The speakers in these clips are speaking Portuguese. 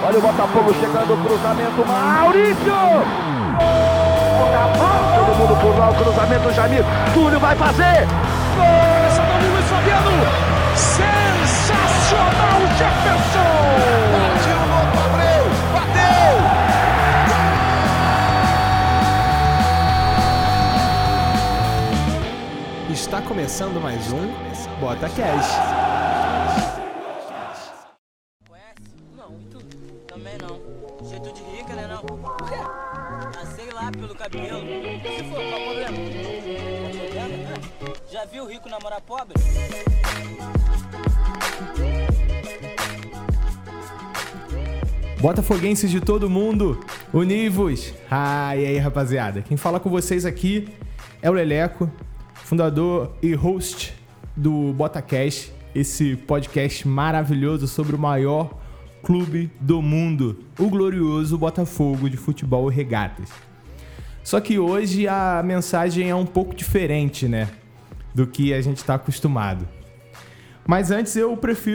Olha o Botafogo chegando, o cruzamento, Maurício! Todo mundo por lá, o cruzamento, Jamir. Túlio vai fazer! Gol! Essa do Luiz Fabiano! Sensacional, Jefferson! Partiu, Louco Abreu! Bateu! Está começando mais um BotaCast. Não, tu também não. Jeito de rica, né não? Por quê? Ah, sei lá, pelo cabelo. Se for, qual o problema? Já viu rico namorar pobre? Botafoguenses de todo mundo, univos! E aí, rapaziada? Quem fala com vocês aqui é o Leleco, fundador e host do BotaCast, esse podcast maravilhoso sobre o maior clube do mundo, o glorioso Botafogo de Futebol e Regatas. Só que hoje a mensagem é um pouco diferente, né, do que a gente está acostumado. Mas antes eu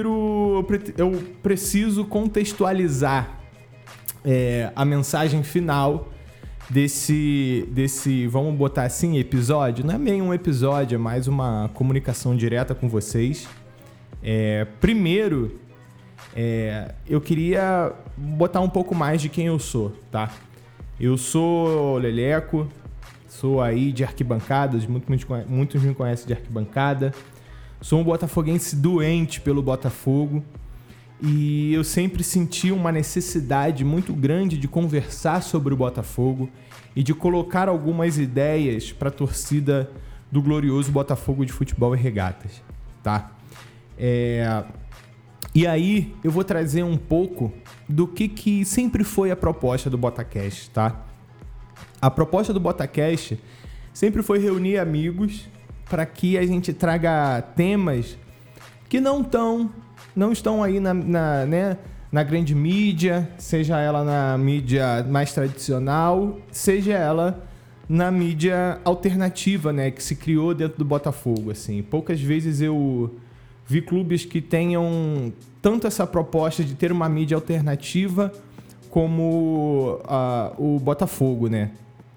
preciso contextualizar a mensagem final desse, vamos botar assim, episódio. Não é meio um episódio, é mais uma comunicação direta com vocês. Primeiro, eu queria botar um pouco mais de quem eu sou, tá? Eu sou Leleco, sou aí de arquibancadas, muitos me conhecem de arquibancada. Sou um botafoguense doente pelo Botafogo e eu sempre senti uma necessidade muito grande de conversar sobre o Botafogo e de colocar algumas ideias para a torcida do glorioso Botafogo de Futebol e Regatas, tá? E aí eu vou trazer um pouco do que sempre foi a proposta do BotaCast, tá? A proposta do BotaCast sempre foi reunir amigos para que a gente traga temas que não estão aí na grande mídia, seja ela na mídia mais tradicional, seja ela na mídia alternativa, né, que se criou dentro do Botafogo, assim. Poucas vezes eu vi clubes que tenham tanto essa proposta de ter uma mídia alternativa como o Botafogo, né?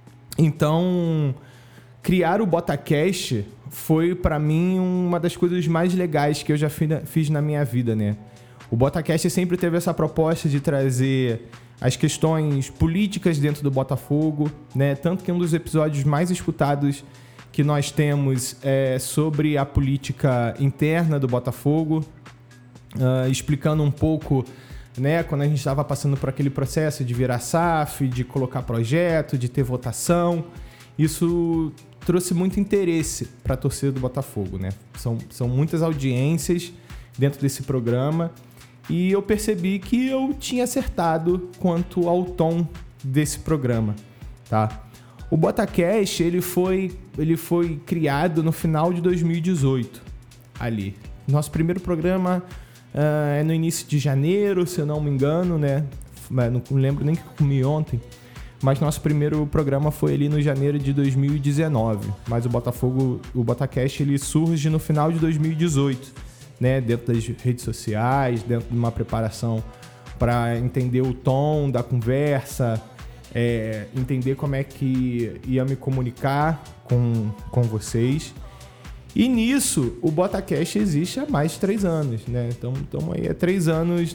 Então, criar o BotaCast foi, para mim, uma das coisas mais legais que eu já fiz na minha vida, né? O BotaCast sempre teve essa proposta de trazer as questões políticas dentro do Botafogo, né? Tanto que um dos episódios mais escutados que nós temos é sobre a política interna do Botafogo, explicando um pouco, né, quando a gente estava passando por aquele processo de virar SAF, de colocar projeto, de ter votação. Isso trouxe muito interesse para a torcida do Botafogo, né? São muitas audiências dentro desse programa e eu percebi que eu tinha acertado quanto ao tom desse programa, tá? O BotaCast, ele foi criado no final de 2018, ali. Nosso primeiro programa é no início de janeiro, se eu não me engano, né? Não lembro nem o que eu comi ontem, mas nosso primeiro programa foi ali no janeiro de 2019. Mas o BotaCast, ele surge no final de 2018, né? Dentro das redes sociais, dentro de uma preparação para entender o tom da conversa, entender como é que ia me comunicar com vocês. E nisso, o BotaCast existe há mais de 3 anos, né? Então aí há 3 anos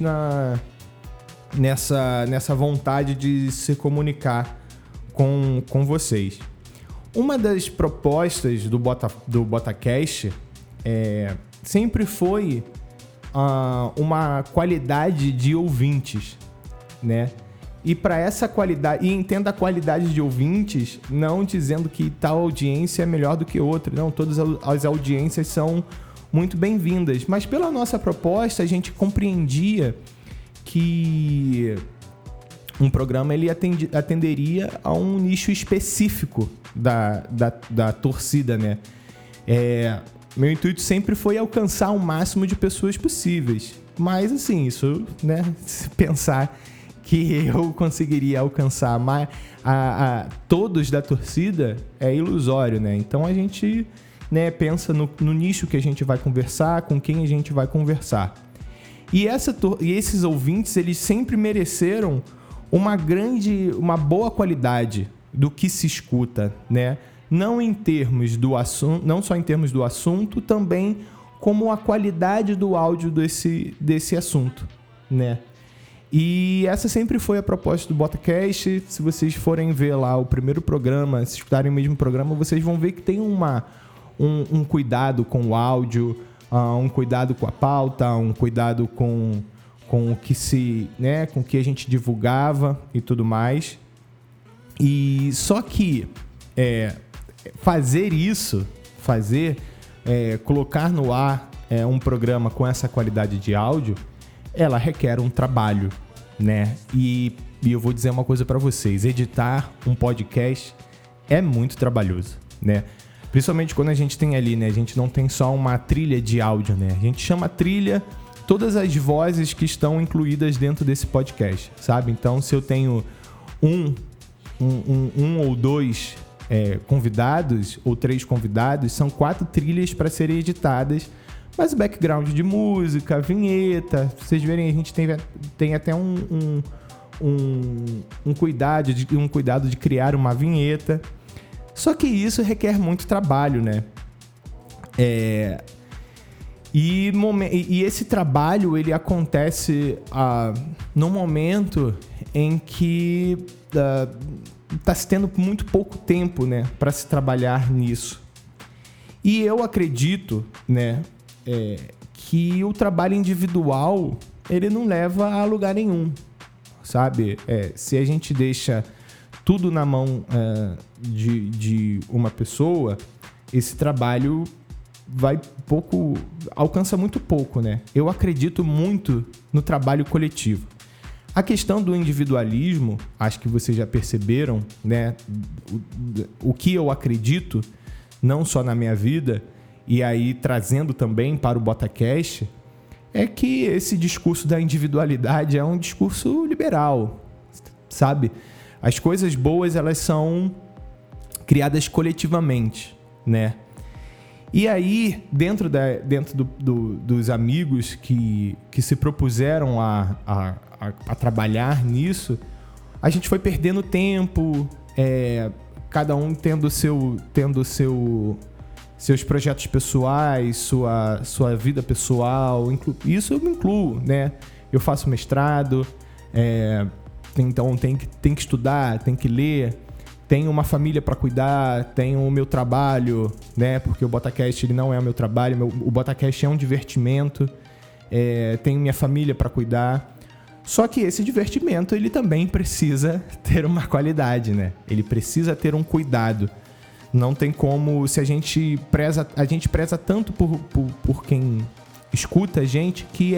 nessa vontade de se comunicar com vocês. Uma das propostas do BotaCast sempre foi uma qualidade de ouvintes, né? E para essa qualidade, e entenda a qualidade de ouvintes, não dizendo que tal audiência é melhor do que outra, não, todas as audiências são muito bem-vindas, mas pela nossa proposta a gente compreendia que um programa ele atenderia a um nicho específico da torcida, né? Meu intuito sempre foi alcançar o máximo de pessoas possíveis, mas assim, isso, né, se pensar que eu conseguiria alcançar todos da torcida é ilusório, né? Então a gente, né, pensa no nicho que a gente vai conversar, com quem a gente vai conversar. E esses ouvintes, eles sempre mereceram uma boa qualidade do que se escuta, né? Não só em termos do assunto, também como a qualidade do áudio desse assunto, né? E essa sempre foi a proposta do BotaCast. Se vocês forem ver lá o primeiro programa, se escutarem o mesmo programa, vocês vão ver que tem um cuidado com o áudio, um cuidado com a pauta, um cuidado com o que com o que a gente divulgava e tudo mais. E só que colocar no ar um programa com essa qualidade de áudio, ela requer um trabalho, né? E eu vou dizer uma coisa para vocês: editar um podcast é muito trabalhoso, né? Principalmente quando a gente tem ali, né? A gente não tem só uma trilha de áudio, né? A gente chama trilha todas as vozes que estão incluídas dentro desse podcast, sabe? Então, se eu tenho um ou dois convidados, ou 3 convidados, são 4 trilhas para serem editadas. Mas o background de música, vinheta, vocês verem, a gente tem até um cuidado de criar uma vinheta. Só que isso requer muito trabalho, né? E esse trabalho, ele acontece no momento em que está se tendo muito pouco tempo, né, para se trabalhar nisso. E eu acredito, né, que o trabalho individual, ele não leva a lugar nenhum, sabe? Se a gente deixa tudo na mão de uma pessoa, esse trabalho alcança muito pouco, né? Eu acredito muito no trabalho coletivo. A questão do individualismo, acho que vocês já perceberam, né? O que eu acredito, não só na minha vida, e aí trazendo também para o BotaCast, é que esse discurso da individualidade é um discurso liberal, sabe? As coisas boas, elas são criadas coletivamente, né? E aí, dentro dos amigos que se propuseram a trabalhar nisso, a gente foi perdendo tempo, cada um tendo seus projetos pessoais, sua vida pessoal. Isso eu me incluo, né? Eu faço mestrado, então tem que estudar, tem que ler, tenho uma família para cuidar, tenho o meu trabalho, né? Porque o BotaCast, ele não é o meu trabalho, o BotaCast é um divertimento, tenho minha família para cuidar. Só que esse divertimento, ele também precisa ter uma qualidade, né? Ele precisa ter um cuidado. Não tem como, se a gente preza tanto por quem escuta a gente, que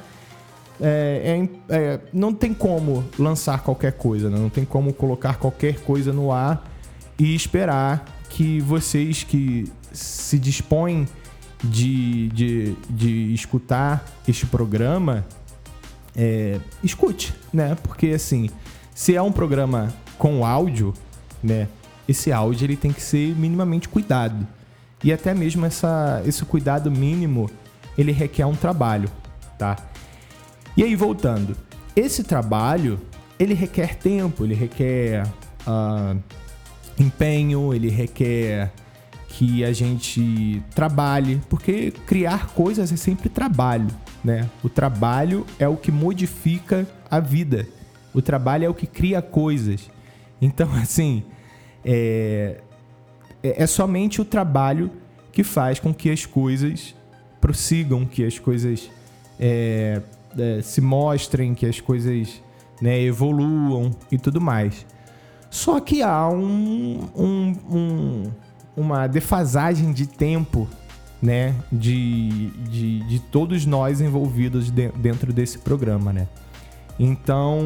não tem como lançar qualquer coisa, né? Não tem como colocar qualquer coisa no ar e esperar que vocês que se dispõem de escutar este programa, escute, né? Porque assim, se é um programa com áudio, né? Esse áudio, ele tem que ser minimamente cuidado. E até mesmo esse cuidado mínimo, ele requer um trabalho, tá? E aí, voltando. Esse trabalho, ele requer tempo, ele requer empenho, ele requer que a gente trabalhe, porque criar coisas é sempre trabalho, né? O trabalho é o que modifica a vida. O trabalho é o que cria coisas. Então, assim, é somente o trabalho que faz com que as coisas prossigam, que as coisas se mostrem, que as coisas, né, evoluam e tudo mais. Só que há uma defasagem de tempo, né, de todos nós envolvidos dentro desse programa, né? Então,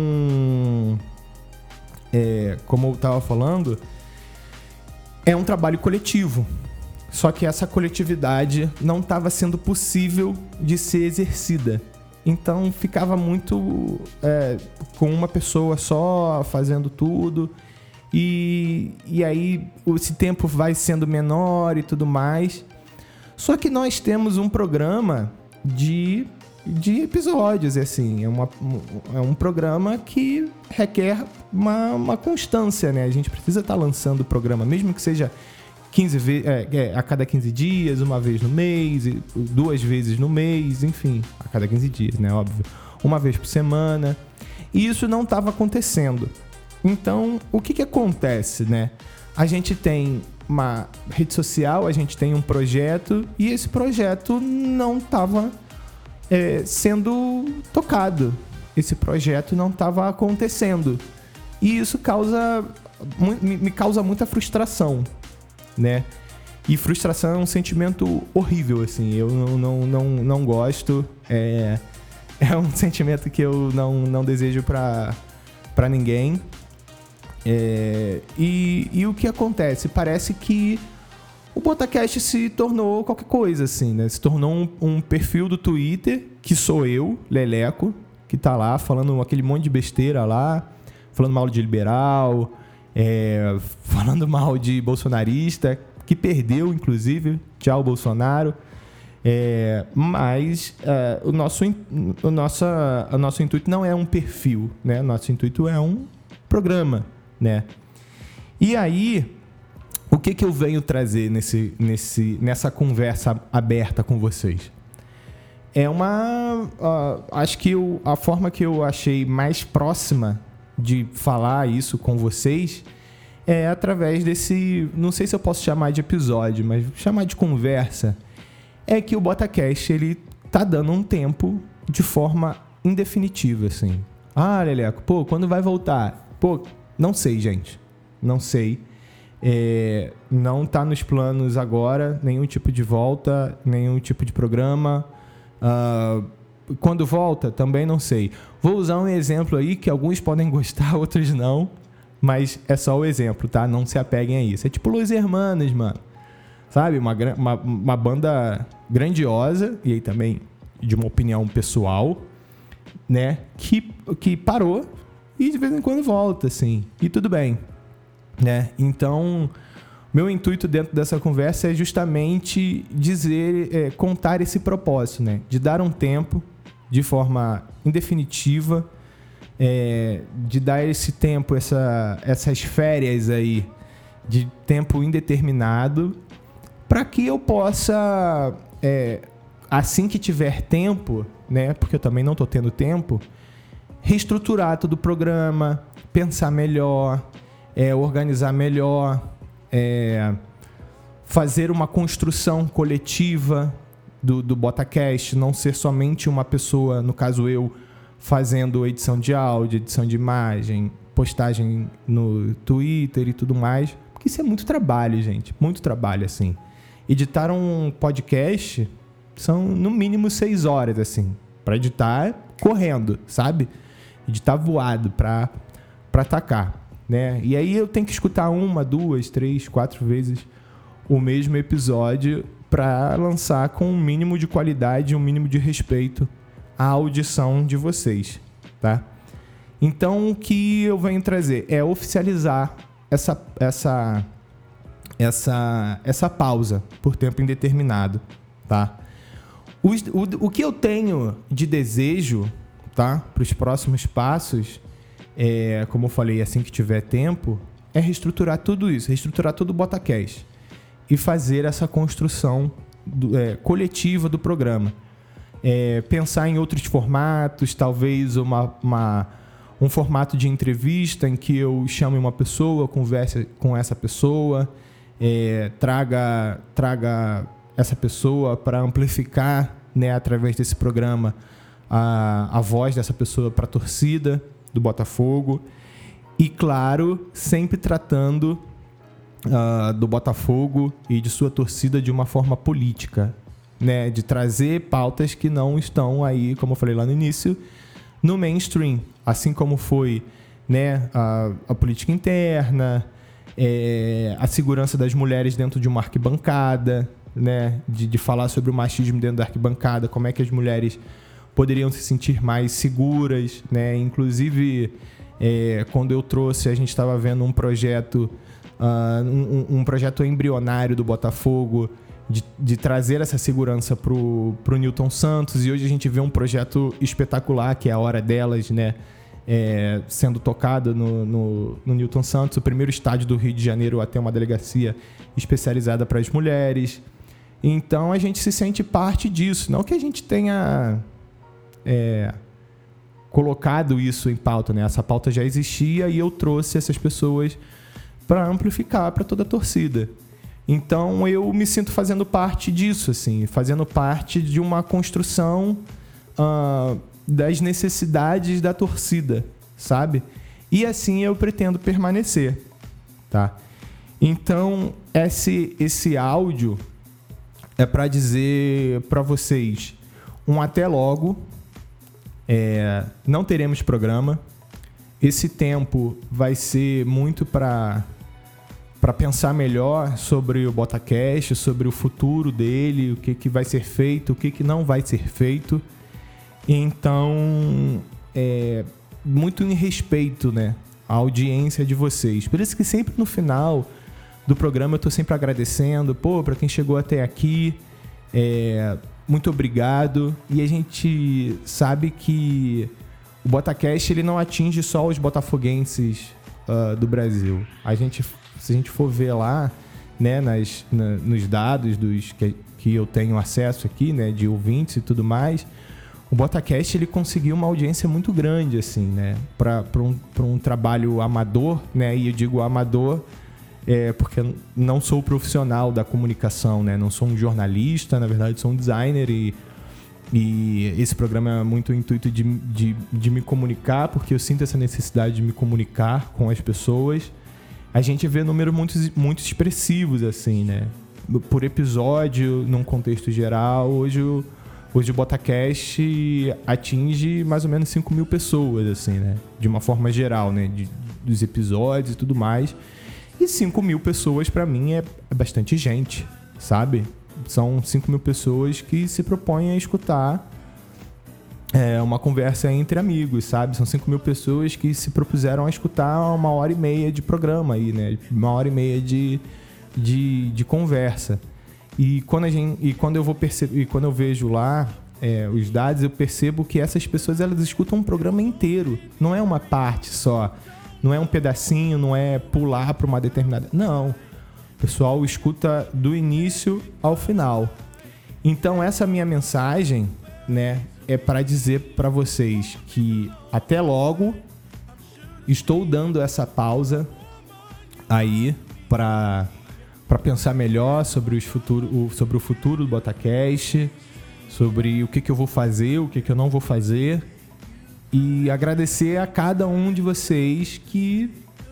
como eu estava falando, é um trabalho coletivo. Só que essa coletividade não estava sendo possível de ser exercida. Então ficava muito com uma pessoa só fazendo tudo. E aí esse tempo vai sendo menor e tudo mais. Só que nós temos um programa de de episódios, assim. É um programa que requer uma constância, né? A gente precisa estar lançando o programa, mesmo que seja 15 vezes, a cada 15 dias, uma vez no mês, 2 vezes no mês, enfim, a cada 15 dias, né? Óbvio. Uma vez por semana. E isso não estava acontecendo. Então, o que acontece, né? A gente tem uma rede social, a gente tem um projeto e esse projeto não estava sendo tocado. Esse projeto não estava acontecendo. E isso me causa muita frustração, né? E frustração é um sentimento horrível, assim. Eu não gosto. É um sentimento que eu não desejo pra ninguém. E o que acontece? Parece que o BotaCast se tornou qualquer coisa, assim, né? Se tornou um perfil do Twitter, que sou eu, Leleco, que tá lá falando aquele monte de besteira lá, falando mal de liberal, falando mal de bolsonarista, que perdeu, inclusive. Tchau, Bolsonaro. Mas o nosso intuito não é um perfil, né? O nosso intuito é um programa, né? E aí, o que eu venho trazer nessa conversa aberta com vocês? Acho que a forma que eu achei mais próxima de falar isso com vocês é através desse, não sei se eu posso chamar de episódio, mas chamar de conversa, é que o BotaCast, ele tá dando um tempo de forma indefinitiva, assim. Ah, Leleco, quando vai voltar? Não sei, gente. Não sei. Não tá nos planos agora, nenhum tipo de volta, nenhum tipo de programa. Quando volta, também não sei. Vou usar um exemplo aí que alguns podem gostar, outros não. Mas é só o exemplo, tá? Não se apeguem a isso. É tipo Los Hermanos, mano. Sabe? Uma banda grandiosa, e aí também de uma opinião pessoal, né? Que parou e de vez em quando volta, assim. E tudo bem, né? Então, meu intuito dentro dessa conversa é justamente contar esse propósito, né? De dar um tempo de forma indefinitiva, de dar esse tempo, essas férias aí de tempo indeterminado, para que eu possa, assim que tiver tempo, né? Porque eu também não estou tendo tempo, reestruturar todo o programa, pensar melhor, organizar melhor, fazer uma construção coletiva do BotaCast, não ser somente uma pessoa, no caso eu, fazendo edição de áudio, edição de imagem, postagem no Twitter e tudo mais, porque isso é muito trabalho, gente, muito trabalho, assim. Editar um podcast são no mínimo 6 horas, assim, para editar correndo, sabe? Editar voado para atacar, né? E aí eu tenho que escutar 1, 2, 3, 4 vezes o mesmo episódio para lançar com um mínimo de qualidade, um mínimo de respeito à audição de vocês, tá? Então, o que eu venho trazer é oficializar essa pausa por tempo indeterminado, tá? O que eu tenho de desejo, tá, para os próximos passos, como eu falei, assim que tiver tempo, é reestruturar tudo isso, reestruturar todo o BotaCast e fazer essa construção coletiva do programa. Pensar em outros formatos, talvez um formato de entrevista em que eu chame uma pessoa, converse com essa pessoa, traga essa pessoa para amplificar, né, através desse programa a voz dessa pessoa para a torcida do Botafogo. E, claro, sempre tratando do Botafogo e de sua torcida de uma forma política, né, de trazer pautas que não estão aí, como eu falei lá no início, no mainstream, assim como foi, né, a política interna, a segurança das mulheres dentro de uma arquibancada, né, de falar sobre o machismo dentro da arquibancada, como é que as mulheres poderiam se sentir mais seguras, né? Inclusive, quando eu trouxe, a gente estava vendo um projeto, um projeto embrionário do Botafogo de trazer essa segurança pro Newton Santos. E hoje a gente vê um projeto espetacular, que é a Hora Delas, né? Sendo tocado no Newton Santos, o primeiro estádio do Rio de Janeiro a ter uma delegacia especializada para as mulheres. Então a gente se sente parte disso. Não que a gente tenha colocado isso em pauta, né? Essa pauta já existia e eu trouxe essas pessoas para amplificar para toda a torcida. Então eu me sinto fazendo parte disso, assim, fazendo parte de uma construção das necessidades da torcida, sabe? E assim eu pretendo permanecer, tá? Então esse áudio é para dizer para vocês um até logo. Não teremos programa. Esse tempo vai ser muito para pensar melhor sobre o BotaCast, sobre o futuro dele, o que vai ser feito, o que não vai ser feito. Então, muito em respeito, né, à audiência de vocês. Por isso que sempre no final do programa eu estou sempre agradecendo, para quem chegou até aqui, muito obrigado. E a gente sabe que o BotaCast ele não atinge só os botafoguenses do Brasil. Se a gente for ver lá, né, nos dados que eu tenho acesso aqui, né, de ouvintes e tudo mais, o BotaCast ele conseguiu uma audiência muito grande, assim, né, para um trabalho amador, né, e eu digo amador porque eu não sou profissional da comunicação, né, não sou um jornalista, na verdade sou um designer e esse programa é muito o intuito de me comunicar, porque eu sinto essa necessidade de me comunicar com as pessoas. A gente vê números muito expressivos, assim, né, por episódio, num contexto geral. Hoje o BotaCast atinge mais ou menos 5.000 pessoas, assim, né? De uma forma geral, né? Dos episódios e tudo mais. E 5.000 pessoas, pra mim, é bastante gente, sabe? São 5.000 pessoas que se propõem a escutar uma conversa entre amigos, sabe? São 5.000 pessoas que se propuseram a escutar 1h30 de programa aí, né? 1h30 de conversa. E quando eu vejo lá os dados, eu percebo que essas pessoas elas escutam um programa inteiro. Não é uma parte só, não é um pedacinho, não é pular para uma determinada. Não, o pessoal escuta do início ao final. Então essa minha mensagem, né, é para dizer para vocês que até logo. Estou dando essa pausa aí para pensar melhor sobre o futuro do BotaCast, sobre o que eu vou fazer, o que eu não vou fazer, e agradecer a cada um de vocês que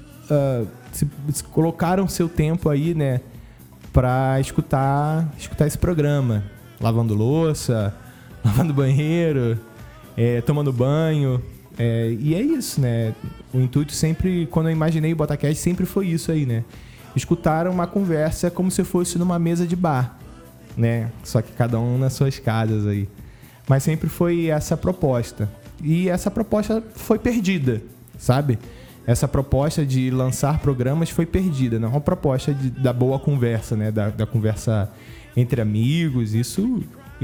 se colocaram seu tempo aí, né, para escutar esse programa, lavando louça, lavando banheiro, tomando banho, e é isso, né? O intuito sempre, quando eu imaginei o BotaCast, sempre foi isso aí, né? Escutar uma conversa como se fosse numa mesa de bar, né? Só que cada um nas suas casas aí. Mas sempre foi essa proposta. E essa proposta foi perdida, sabe? Essa proposta de lançar programas foi perdida. Não é uma proposta da boa conversa, né? Da conversa entre amigos. Isso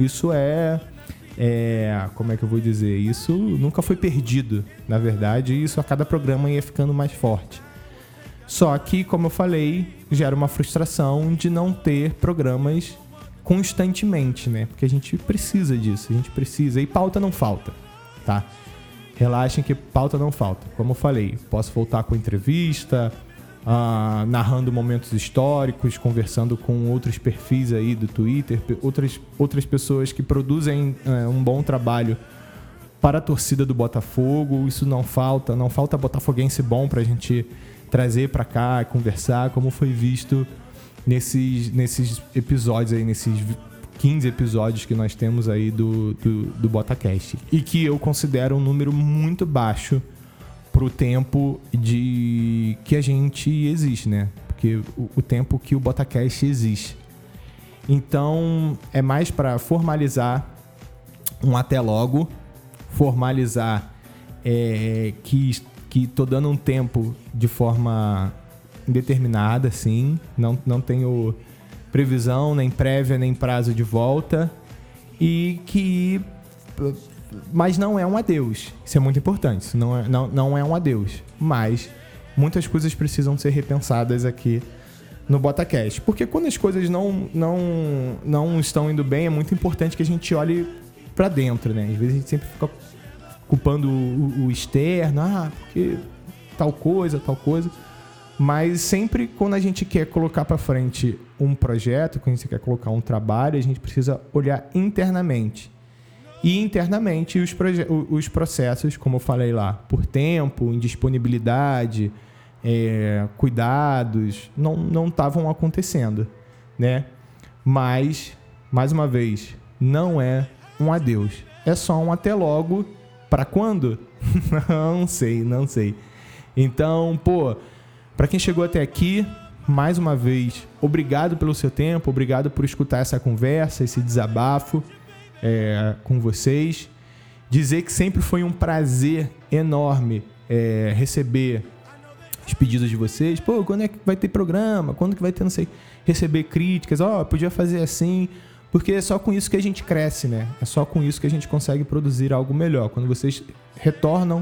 como é que eu vou dizer? Isso nunca foi perdido. Na verdade, isso a cada programa ia ficando mais forte. Só que, como eu falei, gera uma frustração de não ter programas constantemente, né? Porque a gente precisa disso, a gente precisa. E pauta não falta, tá? Relaxem que pauta não falta. Como eu falei, posso voltar com entrevista, narrando momentos históricos, conversando com outros perfis aí do Twitter, outras pessoas que produzem um bom trabalho para a torcida do Botafogo. Isso não falta botafoguense bom pra gente trazer para cá, conversar, como foi visto nesses episódios aí, nesses 15 episódios que nós temos aí do BotaCast. E que eu considero um número muito baixo pro tempo que a gente existe, né? Porque o tempo que o BotaCast existe. Então, é mais para formalizar um até logo, formalizar que tô dando um tempo de forma indeterminada, assim. Não tenho previsão, nem prévia, nem prazo de volta. Mas não é um adeus. Isso é muito importante. Isso não é um adeus. Mas muitas coisas precisam ser repensadas aqui no BotaCast. Porque quando as coisas não estão indo bem, é muito importante que a gente olhe pra dentro, né? Às vezes a gente sempre fica culpando o externo. Porque tal coisa. Mas sempre quando a gente quer colocar pra frente um projeto, quando a gente quer colocar um trabalho, a gente precisa olhar internamente. E internamente os processos, como eu falei lá, por tempo, indisponibilidade, cuidados, não estavam acontecendo, né? Mas, mais uma vez, não é um adeus. É só um até logo. Para quando? Não sei. Então, para quem chegou até aqui, mais uma vez, obrigado pelo seu tempo, obrigado por escutar essa conversa, esse desabafo com vocês. Dizer que sempre foi um prazer enorme receber os pedidos de vocês. Quando é que vai ter programa? Quando que vai ter, não sei, receber críticas? Podia fazer assim. Porque é só com isso que a gente cresce, né? É só com isso que a gente consegue produzir algo melhor. Quando vocês retornam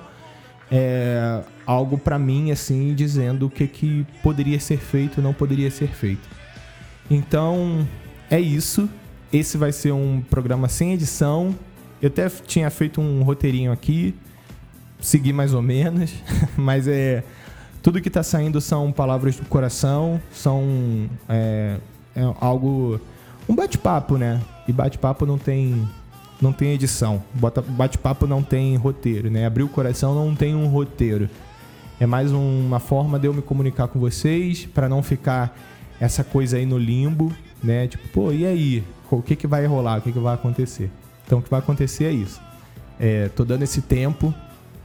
algo pra mim, assim, dizendo o que poderia ser feito e não poderia ser feito. Então, é isso. Esse vai ser um programa sem edição. Eu até tinha feito um roteirinho aqui, segui mais ou menos, mas tudo que tá saindo são palavras do coração, são algo... Um bate-papo, né? E bate-papo não tem edição. Bate-papo não tem roteiro, né? Abrir o coração não tem um roteiro. É mais uma forma de eu me comunicar com vocês, para não ficar essa coisa aí no limbo, né? Tipo, e aí? O que vai rolar? O que vai acontecer? Então, o que vai acontecer é isso. Tô dando esse tempo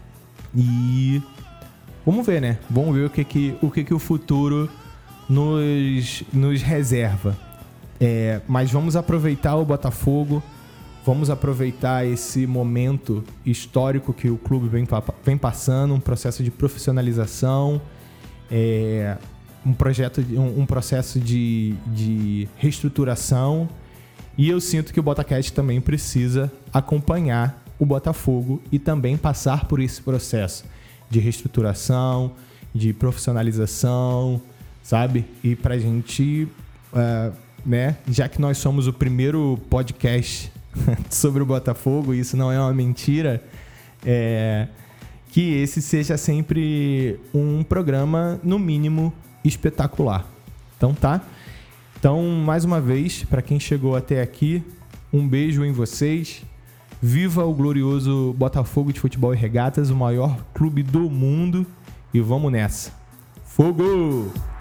e vamos ver, né? Vamos ver o que o futuro nos reserva. Mas vamos aproveitar o Botafogo, vamos aproveitar esse momento histórico que o clube vem passando, um processo de profissionalização, um processo de reestruturação, e eu sinto que o BotaCast também precisa acompanhar o Botafogo e também passar por esse processo de reestruturação, de profissionalização, sabe? E pra gente... né? Já que nós somos o primeiro podcast sobre o Botafogo, e isso não é uma mentira, que esse seja sempre um programa, no mínimo, espetacular. Então, tá? Então, mais uma vez, para quem chegou até aqui, um beijo em vocês. Viva o glorioso Botafogo de Futebol e Regatas, o maior clube do mundo. E vamos nessa. Fogo!